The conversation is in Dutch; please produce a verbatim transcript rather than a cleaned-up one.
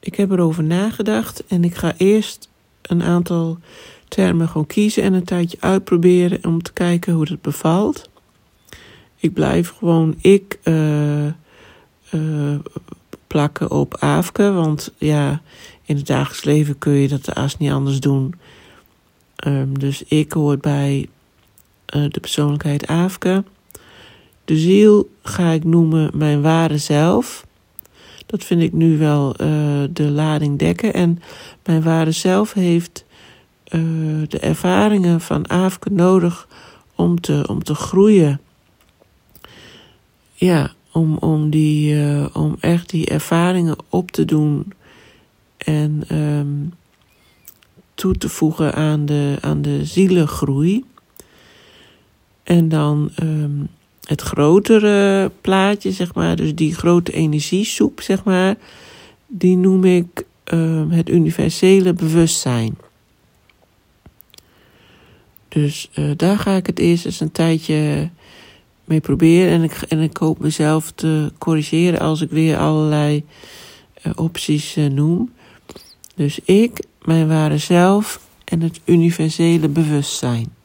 ik heb erover nagedacht en ik ga eerst een aantal termen gewoon kiezen en een tijdje uitproberen om te kijken hoe het bevalt. Ik blijf gewoon ik uh, uh, plakken op Aafke, want ja, in het dagelijks leven kun je dat haast niet anders doen. Um, dus ik hoort bij uh, de persoonlijkheid Aafke. De ziel ga ik noemen mijn ware zelf. Dat vind ik nu wel uh, de lading dekken. En mijn ware zelf heeft uh, de ervaringen van Aafke nodig om te, om te groeien. Ja, om, om, die, uh, om echt die ervaringen op te doen en um, toe te voegen aan de, aan de zielengroei. En dan um, het grotere plaatje, zeg maar, dus die grote energiesoep, zeg maar, die noem ik um, het universele bewustzijn. Dus uh, daar ga ik het eerst eens een tijdje mee proberen. En ik, en ik hoop mezelf te corrigeren als ik weer allerlei uh, opties uh, noem. Dus ik, mijn ware zelf en het universele bewustzijn.